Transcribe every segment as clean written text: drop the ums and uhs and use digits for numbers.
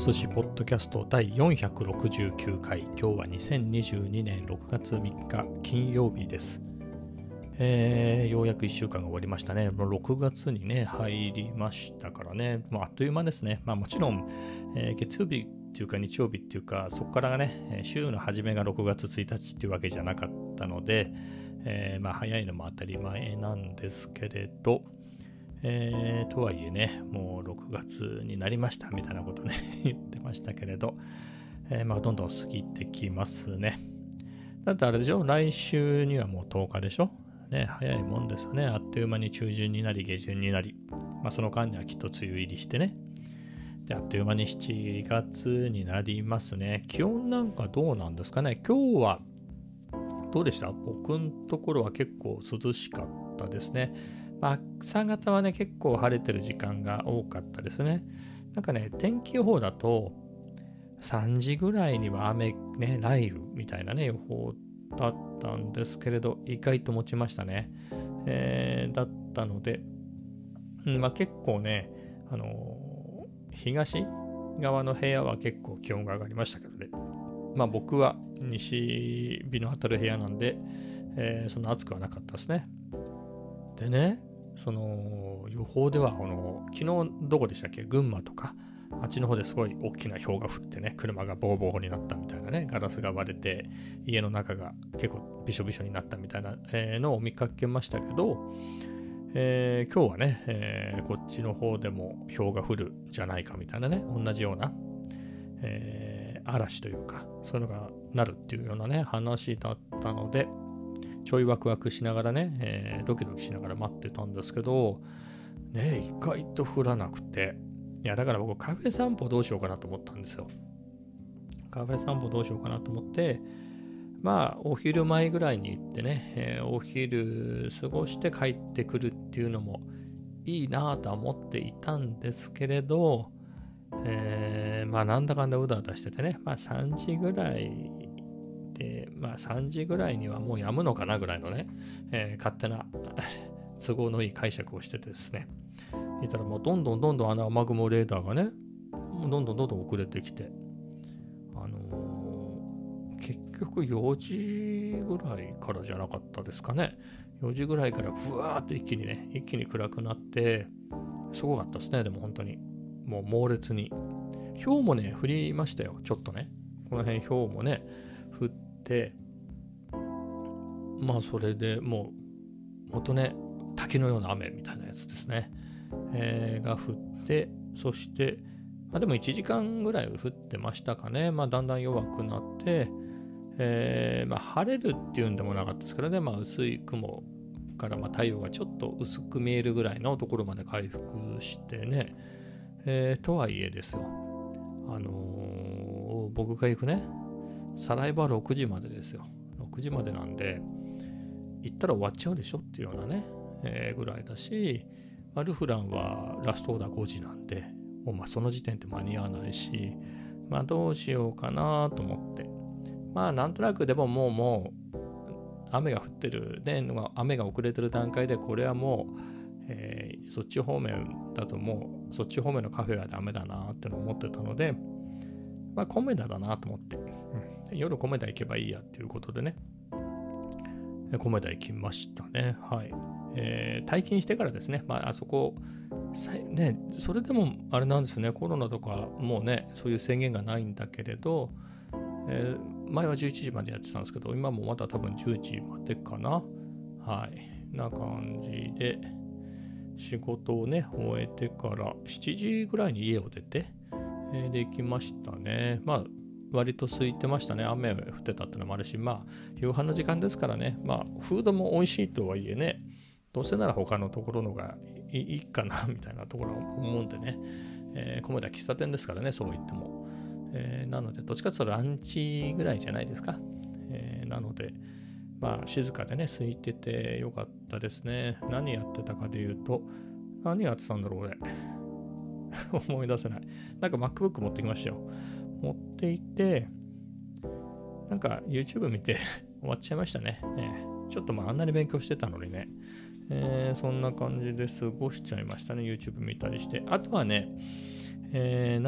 寿司ポッドキャスト第469回。今日は2022年6月3日金曜日です。ようやく1週間が終わりましたね。もう6月にね入りましたからね、あっという間ですね。もちろん、月曜日っていうか日曜日っていうか、そこからがね週の初めが6月1日っていうわけじゃなかったので、早いのも当たり前なんですけれど、とはいえね、もう6月になりましたみたいなことね言ってましたけれど、どんどん過ぎてきますね。だってあれでしょ、来週にはもう10日でしょね、早いもんですよね。あっという間に中旬になり下旬になり、その間にはきっと梅雨入りしてね、であっという間に7月になりますね。気温なんかどうなんですかね。今日はどうでした？僕のところは結構涼しかったですね。朝方はね結構晴れてる時間が多かったですね。なんかね、天気予報だと3時ぐらいには雨ね、雷雨みたいなね予報だったんですけれど、意外と持ちましたね。だったので、結構ね、東側の部屋は結構気温が上がりましたけどね。僕は西日の当たる部屋なんで、そんな暑くはなかったですね。でね、その予報では昨日どこでしたっけ、群馬とかあっちの方ですごい大きな氷が降ってね、車がボーボーになったみたいなね、ガラスが割れて家の中が結構びしょびしょになったみたいなのを見かけましたけど、今日はね、こっちの方でも氷が降るんじゃないかみたいなね、同じような、嵐というかそういうのがなるっていうようなね話だったので、ちょいワクワクしながらね、ドキドキしながら待ってたんですけどね、意外と降らなくて、だから僕カフェ散歩どうしようかなと思ったんですよ。カフェ散歩どうしようかなと思って、お昼前ぐらいに行ってね、お昼過ごして帰ってくるっていうのもいいなとは思っていたんですけれど、なんだかんだうだうだしててね、3時ぐらいで、3時ぐらいにはもうやむのかなぐらいのね、勝手な都合のいい解釈をしててですね、いたらもうどんどん雨雲レーダーがね、もうどんどん遅れてきて、結局4時ぐらいからじゃなかったですかね。4時ぐらいからふわーって一気に暗くなって、すごかったですね。でも本当にもう猛烈に氷もね降りましたよ。ちょっとね、この辺氷もね降って、それでもうほんとね、滝のような雨みたいなやつですね、が降って、そしてでも1時間ぐらい降ってましたかね。だんだん弱くなって、晴れるっていうんでもなかったですからね、薄い雲から太陽がちょっと薄く見えるぐらいのところまで回復してね、とはいえですよ、僕が行くねサライバ6時までですよ。6時までなんで行ったら終わっちゃうでしょっていうようなね、ぐらいだし、ルフランはラストオーダー5時なんで、もうその時点で間に合わないし、どうしようかなと思って、なんとなくでももう雨が降ってるね、雨が遅れてる段階で、これはもう、そっち方面だともうそっち方面のカフェはダメだなってのを思ってたので、コメダだなと思って、夜コメダ行けばいいやっていうことでね、コメダ行きましたね。はい。退勤してからですね、あそこね、それでもあれなんですね、コロナとかもうね、そういう制限がないんだけれど、前は11時までやってたんですけど、今もまだ多分10時までかな。はい。な感じで、仕事をね、終えてから7時ぐらいに家を出て、で行きましたね。割と空いてましたね。雨降ってたってのもあるし、夕飯の時間ですからね、フードも美味しいとはいえね、どうせなら他のところのがいいかなみたいなところは思うんでね、コメダ喫茶店ですからね、そう言っても。なので、どっちかというとランチぐらいじゃないですか。なので、静かでね、空いててよかったですね。何やってたかで言うと、何やってたんだろう、俺。思い出せない。なんか MacBook 持ってきましたよ。持っていて、なんか YouTube 見て終わっちゃいましたね。ちょっとあんなに勉強してたのにね。そんな感じで過ごしちゃいましたね。YouTube 見たりして。あとはね、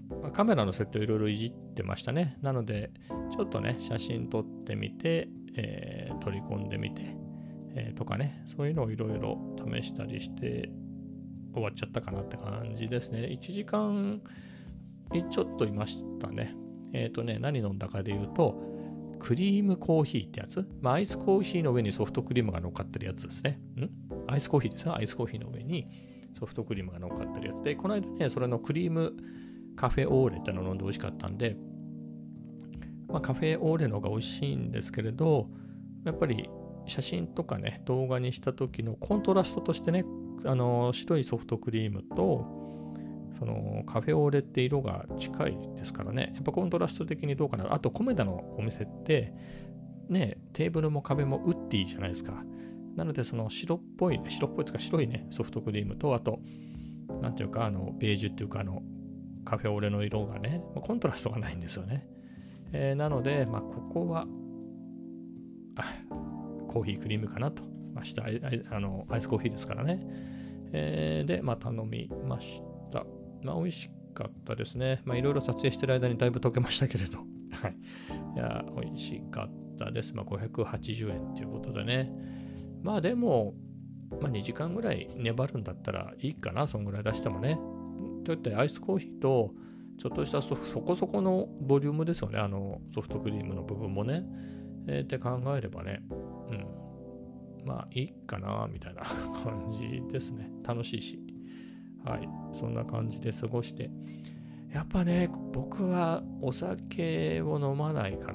カメラの設定をいろいろいじってましたね。なので、ちょっとね、写真撮ってみて、取り込んでみて、とかね、そういうのをいろいろ試したりして終わっちゃったかなって感じですね。1時間ちょっといましたね。何飲んだかで言うと、クリームコーヒーってやつ、アイスコーヒーの上にソフトクリームが乗っかってるやつですね。アイスコーヒーですよ。アイスコーヒーの上にソフトクリームが乗っかってるやつで、この間ね、それのクリームカフェオーレってのを飲んで美味しかったんで、カフェオーレの方が美味しいんですけれど、やっぱり写真とかね、動画にした時のコントラストとしてね、白いソフトクリームと、そのカフェオーレって色が近いですからね、やっぱコントラスト的にどうかな。あと、コメダのお店って、ね、テーブルも壁もウッディじゃないですか。なので、その白っぽいというか白いね、ソフトクリームと、あと、なんていうか、ベージュっていうか、カフェオレの色がね、コントラストがないんですよね。なので、ここはコーヒークリームかなと。アイスコーヒーですからね。で、頼みました。美味しかったですね。いろいろ撮影してる間にだいぶ溶けましたけれど。はい。いや、美味しかったです。580円ということでね。でも、2時間ぐらい粘るんだったらいいかな、そんぐらい出してもね。といってアイスコーヒーとちょっとしたそこそこのボリュームですよね、ソフトクリームの部分もね、って考えればね、いいかなみたいな感じですね。楽しいし、はい、そんな感じで過ごして、やっぱね、僕はお酒を飲まないから、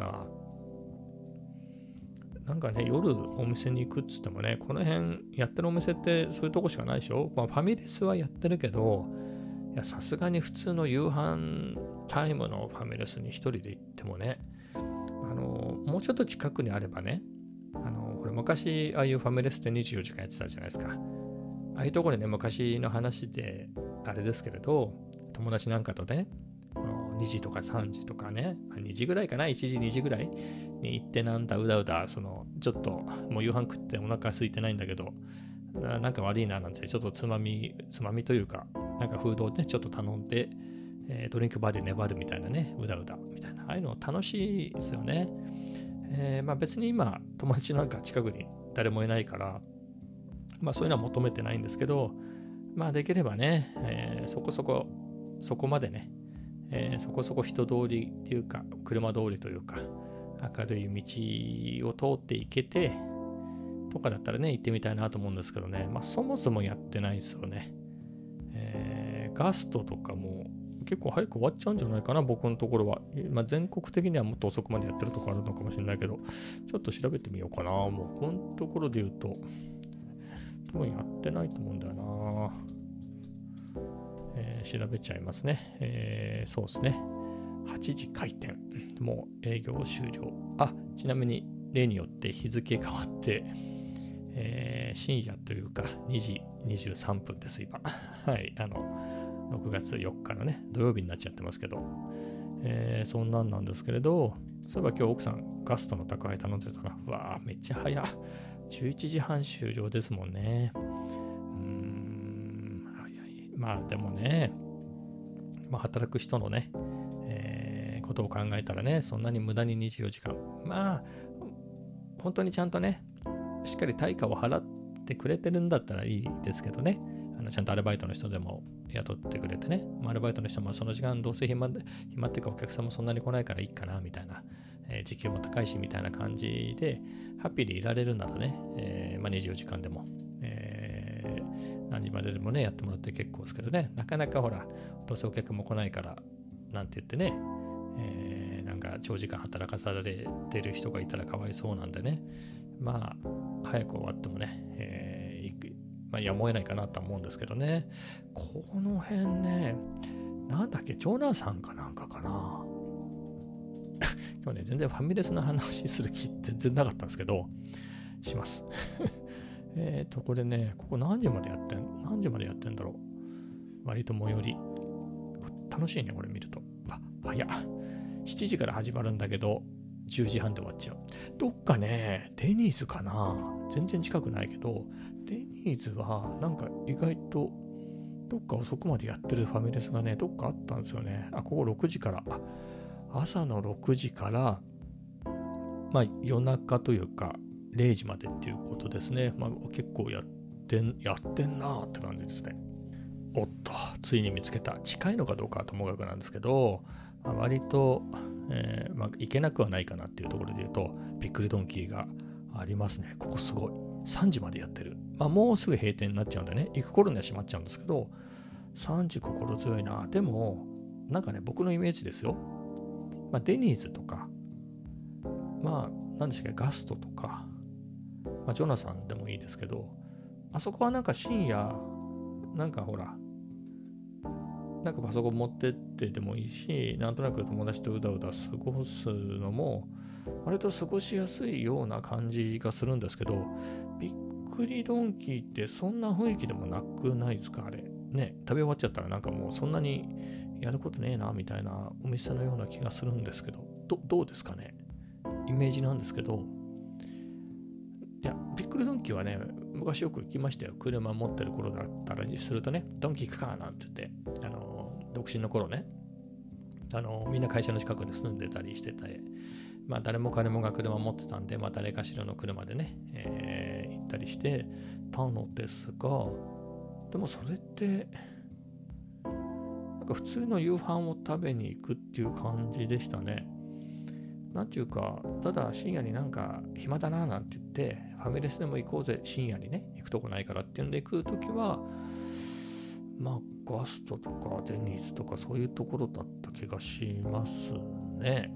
なんかね、夜お店に行くっつってもね、この辺やってるお店ってそういうとこしかないでしょ。ファミレスはやってるけど、さすがに普通の夕飯タイムのファミレスに一人で行ってもね、もうちょっと近くにあればね、これ昔ああいうファミレスって24時間やってたじゃないですか。ああいうところでね、昔の話であれですけれど、友達なんかとね、2時とか3時とかね、2時ぐらいかな、1時2時ぐらいに行ってなんだうだうだ、ちょっともう夕飯食ってお腹空いてないんだけど、なんか悪いななんて、ちょっとつまみというか、なんかフードをね、ちょっと頼んで、ドリンクバーで粘るみたいなね、うだうだみたいな、ああいうの楽しいですよね。別に今、友達なんか近くに誰もいないから、そういうのは求めてないんですけど、できればね、そこまでね、そこそこ人通りっていうか、車通りというか、明るい道を通っていけて、とかだったらね、行ってみたいなと思うんですけどね、そもそもやってないですよね。ガストとかも結構早く終わっちゃうんじゃないかな、僕のところは。全国的にはもっと遅くまでやってるところあるのかもしれないけど、ちょっと調べてみようかな。もうこのところで言うと、多分やってないと思うんだよな。調べちゃいますね。そうですね。8時開店。もう営業終了。ちなみに例によって日付変わって、深夜というか2時23分です、今。はい。6月4日のね、土曜日になっちゃってますけど、そんなんですけれど、そういえば今日奥さんガストの宅配頼んでたな。うわー、めっちゃ早い。11時半終了ですもんね。早い。でもね、働く人のね、ことを考えたらね、そんなに無駄に24時間。本当にちゃんとね、しっかり対価を払ってくれてるんだったらいいですけどね。ちゃんとアルバイトの人でも雇ってくれてね。アルバイトの人もその時間どうせ暇っていうかお客さんもそんなに来ないからいいかなみたいな。時給も高いしみたいな感じでハッピーでいられるならね、24時間でも、何時まででもねやってもらって結構ですけどね、なかなかほらどうせお客も来ないからなんて言ってね、なんか長時間働かされてる人がいたらかわいそうなんでね、早く終わってもね、やむを得ないかなと思うんですけどね。この辺ね、なんだっけ、長男さんかなんかかな。今日ね、全然ファミレスの話する気全然なかったんですけど、します。これね、ここ何時までやってんだろう。割と最寄り。楽しいね、これ見ると。早っ。7時から始まるんだけど、10時半で終わっちゃう。どっかね、デニーズかな。全然近くないけど、デニーズはなんか意外とどっか遅くまでやってるファミレスがね、どっかあったんですよね。ここ6時から、朝の6時から、夜中というか、0時までっていうことですね。結構やってんなーって感じですね。おっと、ついに見つけた。近いのかどうかはともかくなんですけど、割と、行けなくはないかなっていうところで言うと、びっくりドンキーがありますね。ここすごい。3時までやってる。もうすぐ閉店になっちゃうんでね、行く頃には閉まっちゃうんですけど、3時心強いな。でも、なんかね、僕のイメージですよ。デニーズとか、何でしたっけ、ガストとか、ジョナサンでもいいですけど、あそこはなんか深夜、なんかほら、なんかパソコン持ってってでもいいし、なんとなく友達とうだうだ過ごすのも、割と過ごしやすいような感じがするんですけど、びっくりドンキーってそんな雰囲気でもなくないですか、あれ。ね、食べ終わっちゃったらなんかもうそんなにやることねえな、みたいなお店のような気がするんですけど、どうですかね。イメージなんですけど、いや、びっくりドンキーはね、昔よく行きましたよ。車持ってる頃だったらにするとね、ドンキー行くかなんて言って、独身の頃ね、みんな会社の近くに住んでたりしてて、誰も彼もが車持ってたんで、誰かしらの車でね、行ったりしてたのですが、でもそれって、なんか普通の夕飯を食べに行くっていう感じでしたね。なんていうか、ただ深夜になんか暇だななんて言って、ファミレスでも行こうぜ、深夜にね、行くとこないからっていうんで行くときは、ガストとかデニーズとかそういうところだった気がしますね。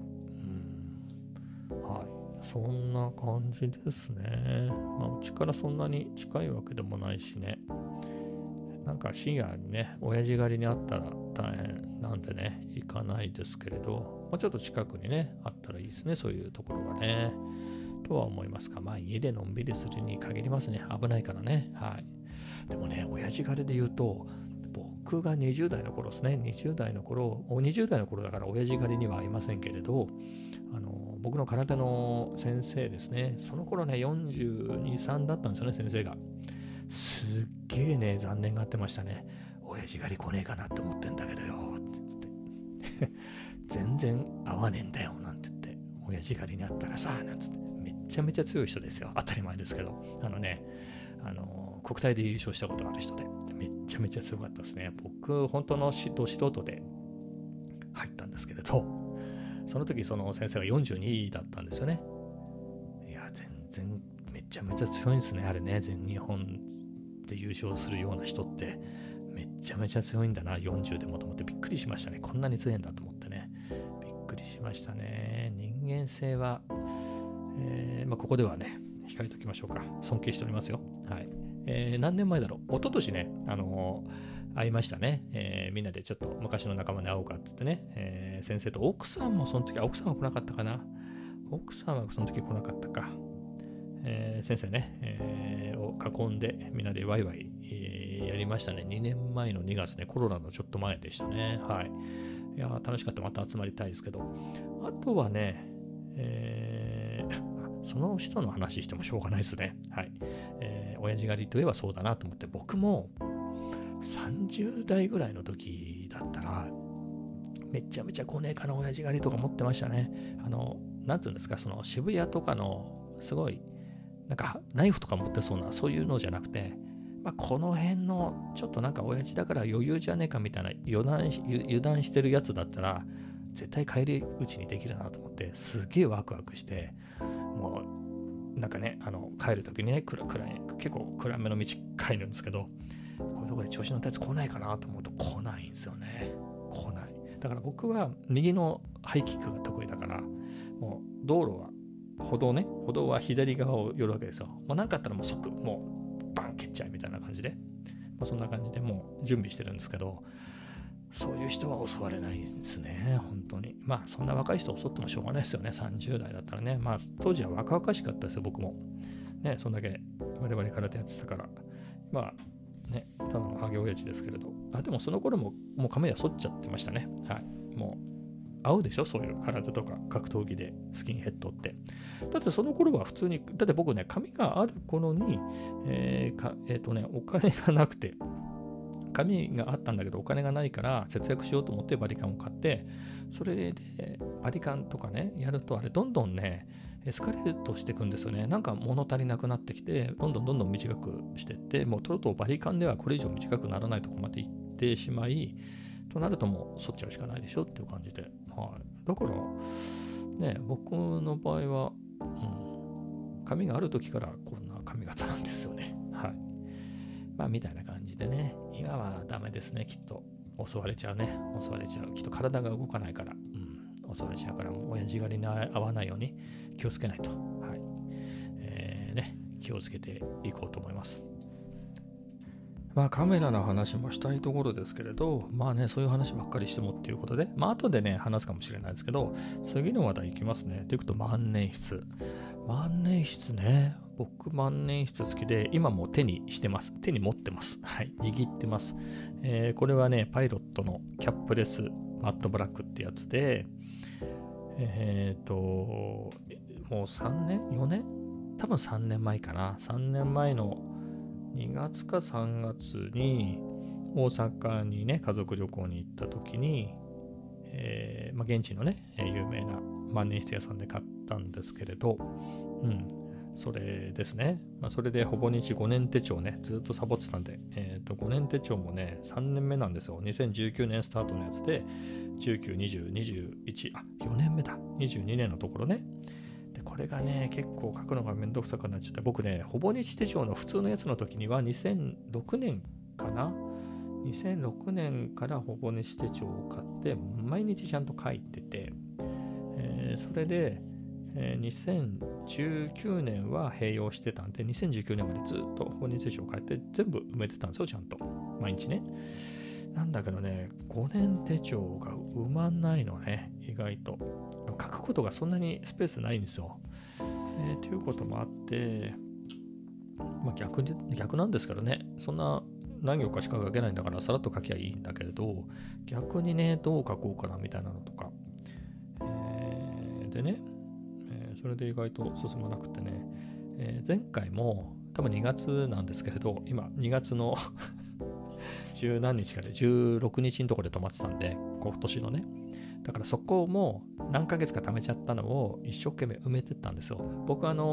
はい。そんな感じですね。うちからそんなに近いわけでもないしね。なんか深夜にね、親父狩りにあったら大変なんでね、行かないですけれど、もうちょっと近くにね、あったらいいですね、そういうところがね。とは思いますが、家でのんびりするに限りますね。危ないからね。はい。でもね、親父狩りで言うと、僕が20代の頃ですね、20代の頃だから親父狩りには合いませんけれど、僕の空手の先生ですね、その頃ね、42、3だったんですよね、先生が。すっげえね、残念がってましたね。親父狩り来ねえかなって思ってんだけどよ、って言って。全然合わねえんだよ、なんて言って。親父狩りにあったらさ、なんつって。めちゃめちゃ強い人ですよ。当たり前ですけど。国体で優勝したことがある人で、めちゃめちゃ強かったですね。僕、本当の素人で入ったんですけれど、その時その先生が42だったんですよね。いや、全然めちゃめちゃ強いんですね、あれね。全日本で優勝するような人ってめちゃめちゃ強いんだな、40でもと思ってびっくりしましたね。こんなに強いんだと思ってね。びっくりしましたね。人間性は、ここではね、控えておきましょうか。尊敬しておりますよ。はい。何年前だろう。一昨年ね、会いましたね。みんなでちょっと昔の仲間に会おうかって言ってね、先生と奥さんもその時、奥さんは来なかったかな。奥さんはその時来なかったか。先生ね、を囲んでみんなでワイワイ、やりましたね。2年前の2月ね、コロナのちょっと前でしたね。はい。いや、楽しかった。また集まりたいですけど。あとはね、その人の話してもしょうがないですね。はい。親父狩りといえばそうだなと思って、僕も30代ぐらいの時だったら、めちゃめちゃ来ねえかな、親父狩りとか持ってましたね。なんつうんですか、その渋谷とかのすごい、なんかナイフとか持ってそうな、そういうのじゃなくて、この辺のちょっとなんか親父だから余裕じゃねえかみたいな油断してるやつだったら、絶対帰り討ちにできるなと思って、すげえワクワクして、もうなんかね、帰るときにね、結構暗めの道帰るんですけど、こういうところで調子乗ったやつ来ないかなと思うと来ないんですよね。来ない。だから僕は右のハイキックが得意だから、もう道路は歩道は左側を寄るわけですよ。もう何かあったらもう即、もうバン蹴っちゃうみたいな感じで、そんな感じでもう準備してるんですけど、そういう人は襲われないんですね、本当に。そんな若い人襲ってもしょうがないですよね、30代だったらね。当時は若々しかったですよ、僕も。ね、そんだけ我々空手やってたから。ね、ただのハゲ親父ですけれど。でもその頃ももう髪は剃っちゃってましたね。はい。もう、合うでしょ、そういう空手とか格闘技でスキンヘッドって。だってその頃は普通に、だって僕ね、髪がある頃に、お金がなくて、 紙があったんだけどお金がないから節約しようと思ってバリカンを買って、それでバリカンとかねやると、あれどんどんねエスカレートしていくんですよね。なんか物足りなくなってきて、どんどん短くしていって、もうとうとうバリカンではこれ以上短くならないところまで行ってしまい、となるともう剃っちゃうしかないでしょっていう感じで、はい、だからね、僕の場合は、髪がある時からこんな髪型なんですよね。はい。まあみたいな感じでね、今はダメですね、きっと。襲われちゃうね。襲われちゃう。きっと体が動かないから、襲われちゃうから、もう親父狩りに合わないように気をつけないと。はい。気をつけていこうと思います。まあカメラの話もしたいところですけれど、まあね、そういう話ばっかりしてもっていうことで、まあ後でね、話すかもしれないですけど、次の話題いきますね。ということ、万年筆。万年筆ね。僕、万年筆好きで、今も手にしてます。手に持ってます。はい。握ってます。これはね、パイロットのキャップレスマットブラックってやつで、もう3年 ?4 年多分3年前かな。3年前の2月か3月に大阪にね、家族旅行に行った時に、現地のね、有名な万年筆屋さんで買ったんですけれど、それですね。それでほぼ日5年手帳ね、ずっとサボってたんで、5年手帳もね、3年目なんですよ。2019年スタートのやつで、19、20、21、4年目だ。22年のところね。で、これがね、結構書くのがめんどくさくなっちゃって、僕ね、ほぼ日手帳の普通のやつの時には2006年かな。2006年からほぼ日手帳を買って、毎日ちゃんと書いてて、それで、2019年は併用してたんで、2019年までずっとほぼ日手帳を書いて全部埋めてたんですよ、ちゃんと。毎日ね。なんだけどね、5年手帳が埋まんないのね、意外と。書くことがそんなにスペースないんですよ。ということもあって、逆なんですからね、そんな何行かしか書けないんだからさらっと書きゃいいんだけれど、逆にね、どう書こうかなみたいなのとか。でね、それで意外と進まなくてね、前回も多分2月なんですけれど、今2月の十何日かで16日のところで止まってたんで、今年のね。だからそこも何ヶ月か貯めちゃったのを一生懸命埋めてったんですよ。僕Mac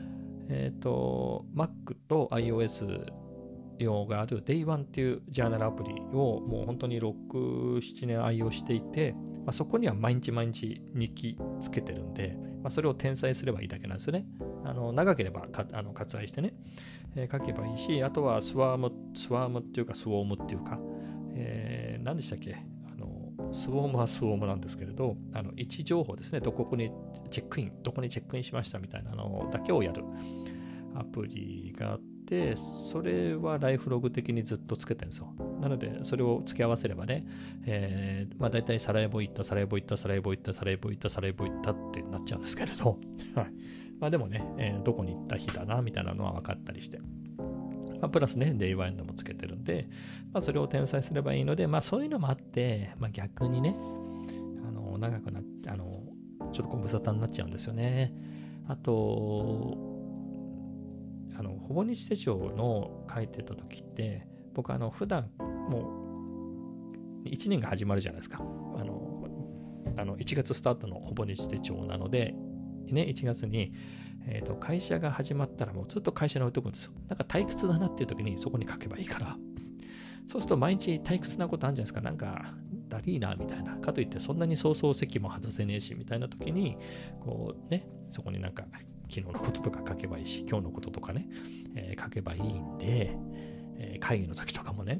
と iOS 用がある Day1 っていうジャーナルアプリをもう本当に6、7年愛用していて、そこには毎日日記つけてるんで、それを転載すればいいだけなんですよね。長ければ割愛してね、書けばいいし、あとはスワームっていうかスウォームっていうか、何でしたっけ、スウォームはスウォームなんですけれど、位置情報ですね、どこにチェックインしましたみたいなのだけをやるアプリがあって、それはライフログ的にずっとつけてるんですよ。なので、それを付け合わせればね、大体サラエボ行ったってなっちゃうんですけれど、はい。でもね、どこに行った日だな、みたいなのは分かったりして。プラスね、デイワンドもつけてるんで、それを転載すればいいので、そういうのもあって、逆にね、長くなって、ちょっと無沙汰になっちゃうんですよね。あと、ほぼ日手帳の書いてた時って、僕普段もう1年が始まるじゃないですか。1月スタートのほぼ日手帳なので、ね、1月に、会社が始まったらもうずっと会社に置いとくんですよ。なんか退屈だなっていう時にそこに書けばいいから。そうすると毎日退屈なことあるんじゃないですか。なんかだりーなみたいな。かといってそんなに早々席も外せねえしみたいな時に、こうね、そこになんか昨日のこととか書けばいいし、今日のこととかね、書けばいいんで、会議の時とかもね、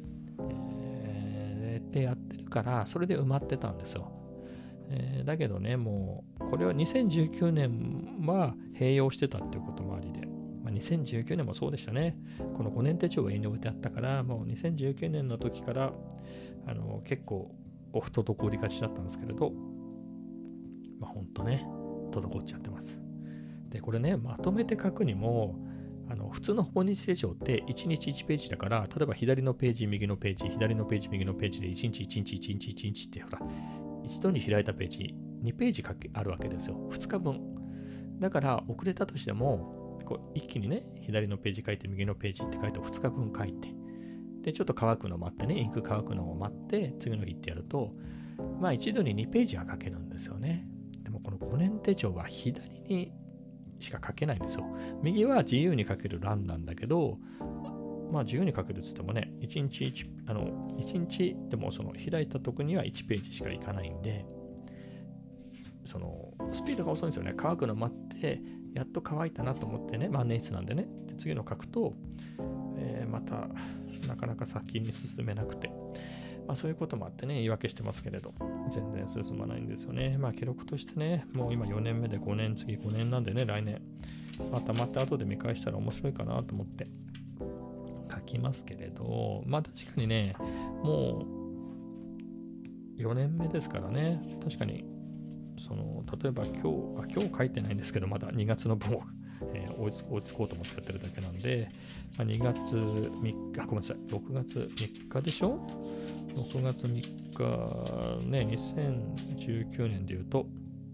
ってやってるから、それで埋まってたんですよ。だけどね、もう、これは2019年は併用してたっていうこともありで、2019年もそうでしたね。この5年手帳が家に置いてあったから、もう2019年の時から、結構、オフ滞りがちだったんですけれど、ほんとね、滞っちゃってます。で、これね、まとめて書くにも、普通のほぼ日手帳って1日1ページだから、例えば左のページ、右のページ、左のページ、右のページで1日1日1日1日ってほら、一度に開いたページ2ページあるわけですよ。2日分。だから遅れたとしても、一気にね、左のページ書いて右のページって書いて2日分書いて、 で、ちょっと乾くのを待ってね、インク乾くのを待って、次の日ってやると、まあ一度に2ページは書けるんですよね。でもこの5年手帳は左にしか書けないんですよ。右は自由に書ける欄なんだけど、まあ自由に書けるって言ってもね、1日でもその開いた時には1ページしかいかないんで、そのスピードが遅いんですよね。乾くの待って、やっと乾いたなと思ってね、万年筆なんでね、で次の書くと、またなかなか先に進めなくて、まあそういうこともあってね、言い訳してますけれど、全然進まないんですよね。まあ記録としてね、もう今4年目で5年、次5年なんでね、来年、また後で見返したら面白いかなと思って書きますけれど、まあ確かにね、もう4年目ですからね、確かに、例えば今日書いてないんですけど、まだ2月の分を追いつこうと思ってやってるだけなんで、まあ、2月3日、ごめんなさい、6月3日でしょ ?6 月3日ね、2019年で言うと、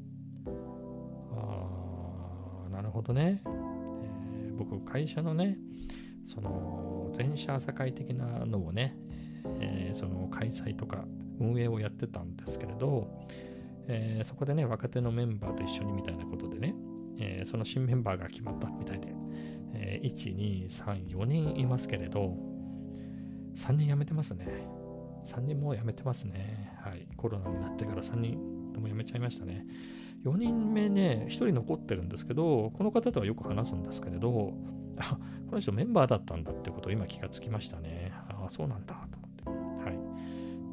なるほどね。僕、会社のね、全社朝会的なのをね、その開催とか運営をやってたんですけれど、そこでね、若手のメンバーと一緒にみたいなことでね、その新メンバーが決まったみたいで、1、2、3、4人いますけれど、3人辞めてますね。3人もう辞めてますね。はい。コロナになってから3人とも辞めちゃいましたね。4人目ね、1人残ってるんですけど、この方とはよく話すんですけれど、この人メンバーだったんだってことを今気がつきましたね。そうなんだと思って。はい。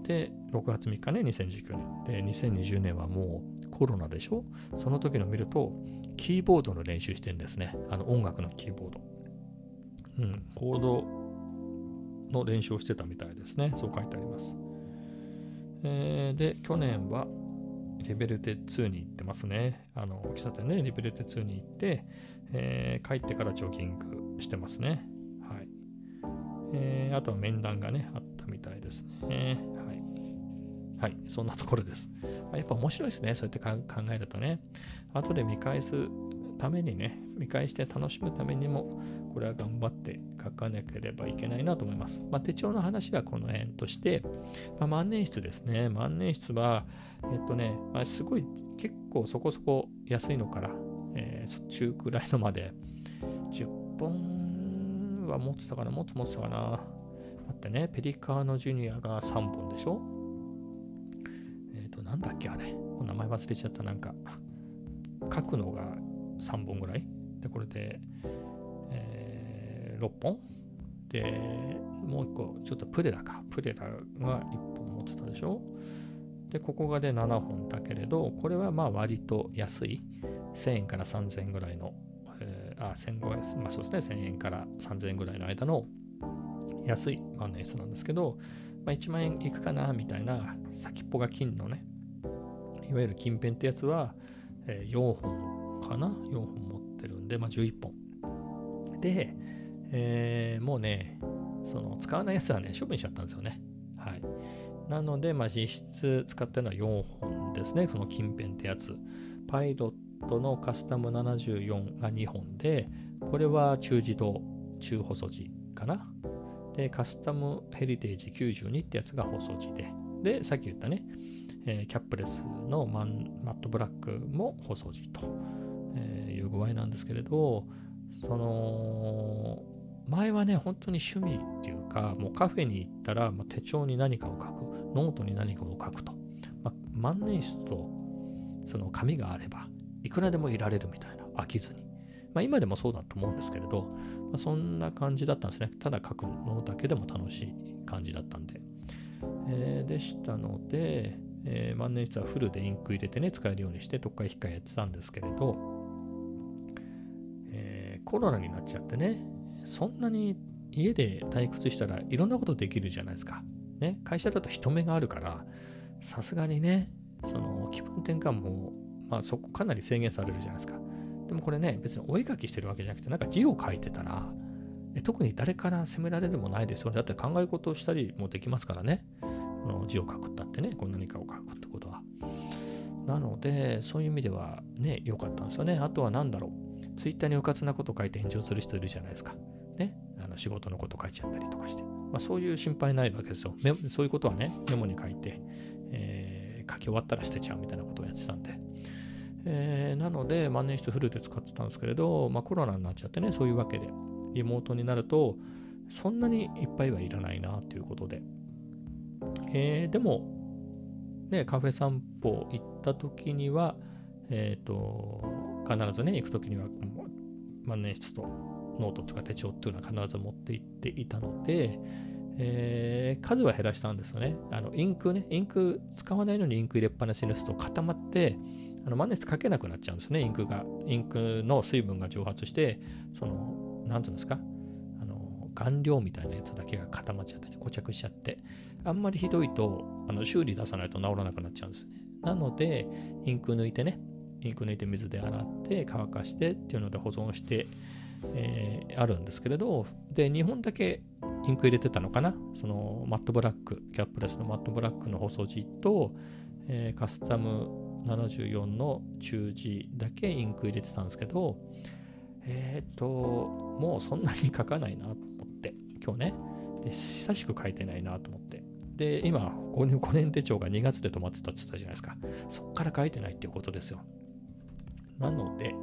で、6月3日ね、2019年。で、2020年はもうコロナでしょ？その時の見ると、キーボードの練習してるんですね。音楽のキーボード。コードの練習をしてたみたいですね。そう書いてあります。で、去年はリベルテ2に行ってますね。喫茶店ね、リベルテ2に行って、帰ってからジョギングしてますね。はい。あとは面談がね、あったみたいですね。はい。はい、そんなところです。やっぱ面白いですね。そうやって考えるとね。後で見返すためにね、見返して楽しむためにも、これは頑張って書かなければいけないなと思います。手帳の話はこの辺として、万年筆ですね。万年筆は、すごい結構そこそこ安いのから、中くらいのまで10本は持ってたかな、もっと持ってたかな。待ってね、ペリカーノジュニアが3本でしょ。なんだっけあれ。名前忘れちゃった。なんか、書くのが3本ぐらい。で、これで、6本で、もう1個、ちょっとプレラが1本持ってたでしょ。で、ここがで7本だけれど、これはまあ割と安い。1000円から3000円ぐらいの、1500円、まあそうですね、1000円から3000円ぐらいの間の安い万年筆なんですけど、1万円いくかなみたいな先っぽが金のね、いわゆる金ペンってやつは、4本かな ?4 本持ってるんで、11本。で、もうね、使わないやつはね、処分しちゃったんですよね。はい。なので、実質使ってるのは4本ですね。その金ペンってやつ。パイロットのカスタム74が2本で、これは中自動、中細字かな。で、カスタムヘリテージ92ってやつが細字で、さっき言ったね、キャップレスのマットブラックも細字という具合なんですけれど、前はね、本当に趣味っていうか、もうカフェに行ったら、手帳に何かを書く、ノートに何かを書くと。万年筆とその紙があれば、いくらでもいられるみたいな、飽きずに。今でもそうだと思うんですけれど、そんな感じだったんですね。ただ書くのだけでも楽しい感じだったんで。でしたので、万年筆はフルでインク入れてね、使えるようにして、どっか控えやってたんですけれど、コロナになっちゃってね、そんなに家で退屈したらいろんなことできるじゃないですか。ね、会社だと人目があるから、さすがにね、気分転換も、そこかなり制限されるじゃないですか。でもこれね、別にお絵描きしてるわけじゃなくて、なんか字を書いてたら、特に誰から責められるもないですよね。だって考え事をしたりもできますからね。この字を書くったってね、何かを書くってことは。なので、そういう意味ではね、良かったんですよね。あとは何だろう。ツイッターにうかつなこと書いて炎上する人いるじゃないですか。ね。仕事のこと書いちゃったりとかして。 そういう心配ないわけですよ。そういうことはね、メモに書いて、書き終わったら捨てちゃうみたいなことをやってたんで。なので、万年筆フルで使ってたんですけれど、コロナになっちゃってね、そういうわけで、リモートになると、そんなにいっぱいはいらないなということで。でも、ね、カフェ散歩行った時には、必ずね、行く時には、万年筆とノートとか手帳っていうのは必ず持って行っていたので、数は減らしたんですよね。インク使わないのにインク入れっぱなしにすると固まって、万年筆書けなくなっちゃうんですね、インクの水分が蒸発して、なんていうんですか、顔料みたいなやつだけが固まっちゃってね、固着しちゃって、あんまりひどいと、修理出さないと治らなくなっちゃうんですね。なので、インク抜いて水で洗って乾かしてっていうので保存して、あるんですけれど、で、2本だけインク入れてたのかな、マットブラック、キャップレスのマットブラックの細字と、カスタム74の中字だけインク入れてたんですけど、もうそんなに書かないなと思って、今日ね、で久しく書いてないなと思って、で、今5年手帳が2月で止まってたって言ったじゃないですか。そっから書いてないっていうことですよ。なので、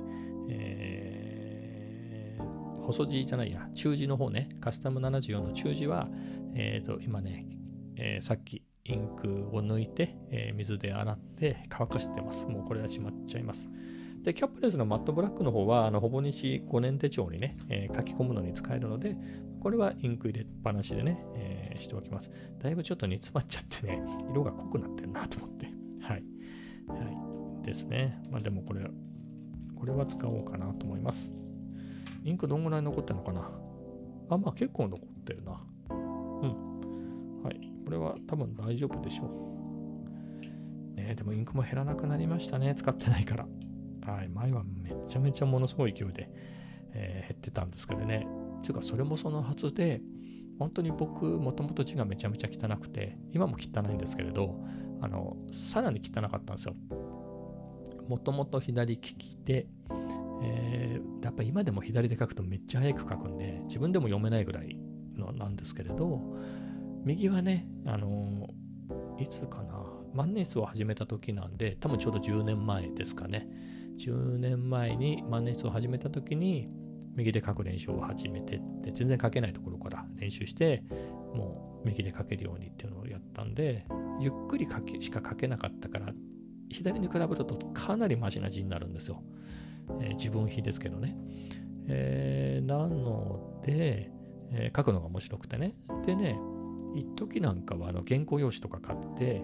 細字じゃないや、中字の方ね、カスタム74の中字は、今ね、さっきインクを抜いて、水で洗って乾かしてます。もうこれはしまっちゃいます。で、キャップレスのマットブラックの方は、ほぼ日5年手帳にね、書き込むのに使えるので、これはインク入れっぱなしでね、しておきます。だいぶちょっと煮詰まっちゃってね、色が濃くなってるなと思って。はい。はい。ですね。でもこれは使おうかなと思います。インクどんぐらい残ってるのかな。結構残ってるな。はい。これは多分大丈夫でしょう。ね、でもインクも減らなくなりましたね。使ってないから。はい。前はめちゃめちゃものすごい勢いで、減ってたんですけどね。つうか、それもそのはずで、本当に僕、もともと字がめちゃめちゃ汚くて、今も汚いんですけれど、さらに汚かったんですよ。もともと左利きで、やっぱり今でも左で書くとめっちゃ早く書くんで、自分でも読めないぐらいのなんですけれど、右はね、いつかな、万年筆を始めた時なんで、多分ちょうど10年前ですかね。10年前に万年筆を始めた時に、右で書く練習を始めてって、全然書けないところから練習して、もう右で書けるようにっていうのをやったんで、ゆっくりしか書けなかったから、左に比べるとかなりマジな字になるんですよ。自分比ですけどね。なので、書くのが面白くてね。でね、一時なんかは原稿用紙とか買って、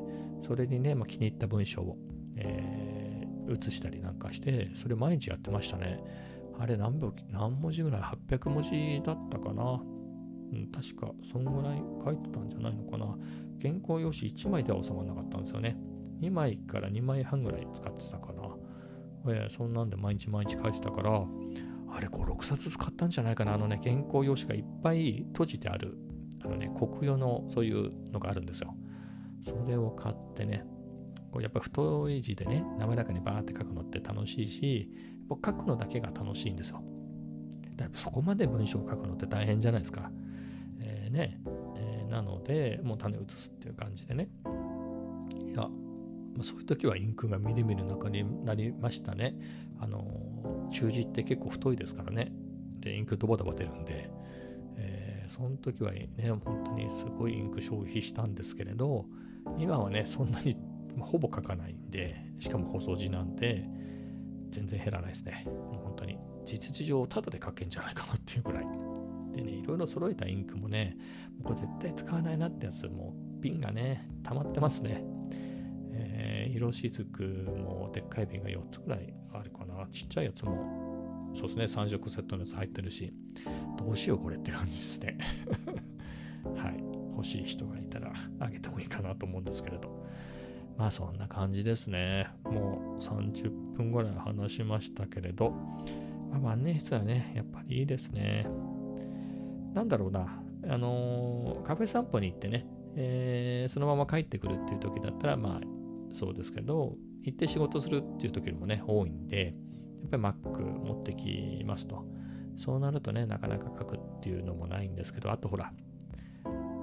それにね、気に入った文章を、写したりなんかして、それ毎日やってましたね。あれ何文字ぐらい ?800 文字だったかな。確かそんぐらい書いてたんじゃないのかな。原稿用紙1枚では収まらなかったんですよね。2枚から2枚半ぐらい使ってたかな。そんなんで毎日書いてたから、あれ5、6冊使ったんじゃないかな。原稿用紙がいっぱい閉じてある、国用のそういうのがあるんですよ。それを買ってね、やっぱ太い字でね、滑らかにバーって書くのって楽しいし、書くのだけが楽しいんですよ。だいぶそこまで文章を書くのって大変じゃないですか。なので、もう種を移すっていう感じでね。いや、そういう時はインクがみるみる中になりましたね。中字って結構太いですからね。で、インクドバドバ出るんで、その時はね、本当にすごいインク消費したんですけれど、今はね、そんなにほぼ書かないんで、しかも細字なんで、全然減らないですね。もう本当に、実情上タダで書けんじゃないかなっていうくらい。でね、いろいろ揃えたインクもね、これ絶対使わないなってやつ、もう瓶がね、溜まってますね。色しずくもでっかい瓶が4つくらいあるかな。ちっちゃいやつも、そうですね、3色セットのやつ入ってるし、どうしようこれって感じですね。はい。欲しい人がいたらあげてもいいかなと思うんですけれど。そんな感じですね。もう30分ぐらい話しましたけれど、万年筆はね、やっぱりいいですね。なんだろうな、カフェ散歩に行ってね、そのまま帰ってくるっていう時だったら、そうですけど、行って仕事するっていう時もね、多いんで、やっぱり Mac 持ってきますと。そうなるとね、なかなか書くっていうのもないんですけど、あとほら、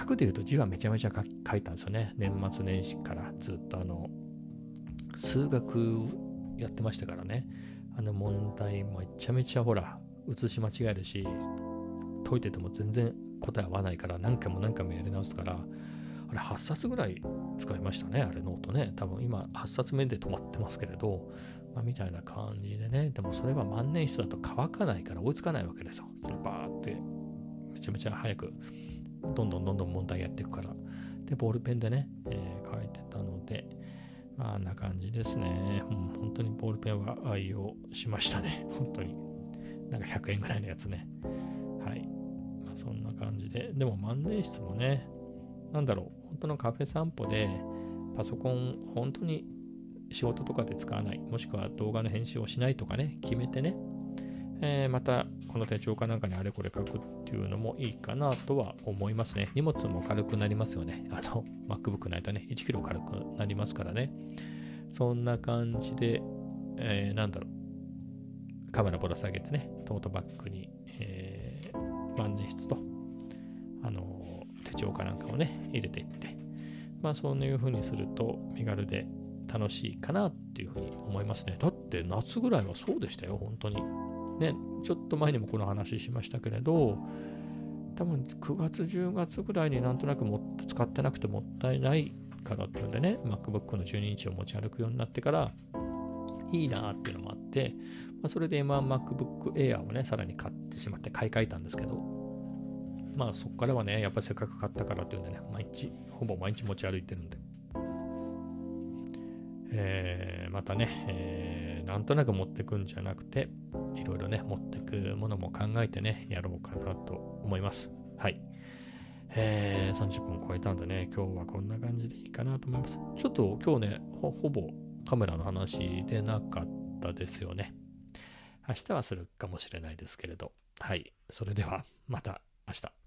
額で言うと字はめちゃめちゃ書いたんですよね。年末年始からずっと数学やってましたからね。問題もめちゃめちゃほら、写し間違えるし、解いてても全然答え合わないから何回も何回もやり直すから、あれ8冊ぐらい使いましたね、あれノートね。多分今8冊目で止まってますけれど、みたいな感じでね。でもそれは万年筆だと乾かないから追いつかないわけですよ。そのバーってめちゃめちゃ早くどんどん問題やっていくから。で、ボールペンでね、書いてたので、あんな感じですね。本当にボールペンは愛用しましたね。本当に。なんか100円ぐらいのやつね。はい。そんな感じで。でも万年筆もね、本当のカフェ散歩でパソコン本当に仕事とかで使わない、もしくは動画の編集をしないとかね、決めてね、またこの手帳かなんかにあれこれ書くっていうのもいいかなとは思いますね。荷物も軽くなりますよね。MacBook ないとね、1キロ軽くなりますからね。そんな感じで、カメラぶら下げてね、トートバッグに、万年筆と、手帳かなんかをね、入れていって、そういう風にすると身軽で楽しいかなっていう風に思いますね。だって夏ぐらいはそうでしたよ、本当に。ね、ちょっと前にもこの話しましたけれど、多分9月、10月ぐらいになんとなく使ってなくてもったいないからっていうんでね、MacBook の12インチを持ち歩くようになってから、いいなっていうのもあって、それで今 MacBook Air をね、さらに買ってしまって買い替えたんですけど、そこからはね、やっぱりせっかく買ったからっていうんでね、ほぼ毎日持ち歩いてるんで、またね、なんとなく持ってくんじゃなくて、いろいろね、持ってくものも考えてね、やろうかなと思います。はい。30分超えたんでね、今日はこんな感じでいいかなと思います。ちょっと今日ね、ほぼカメラの話でなかったですよね。明日はするかもしれないですけれど、はい。それではまた明日。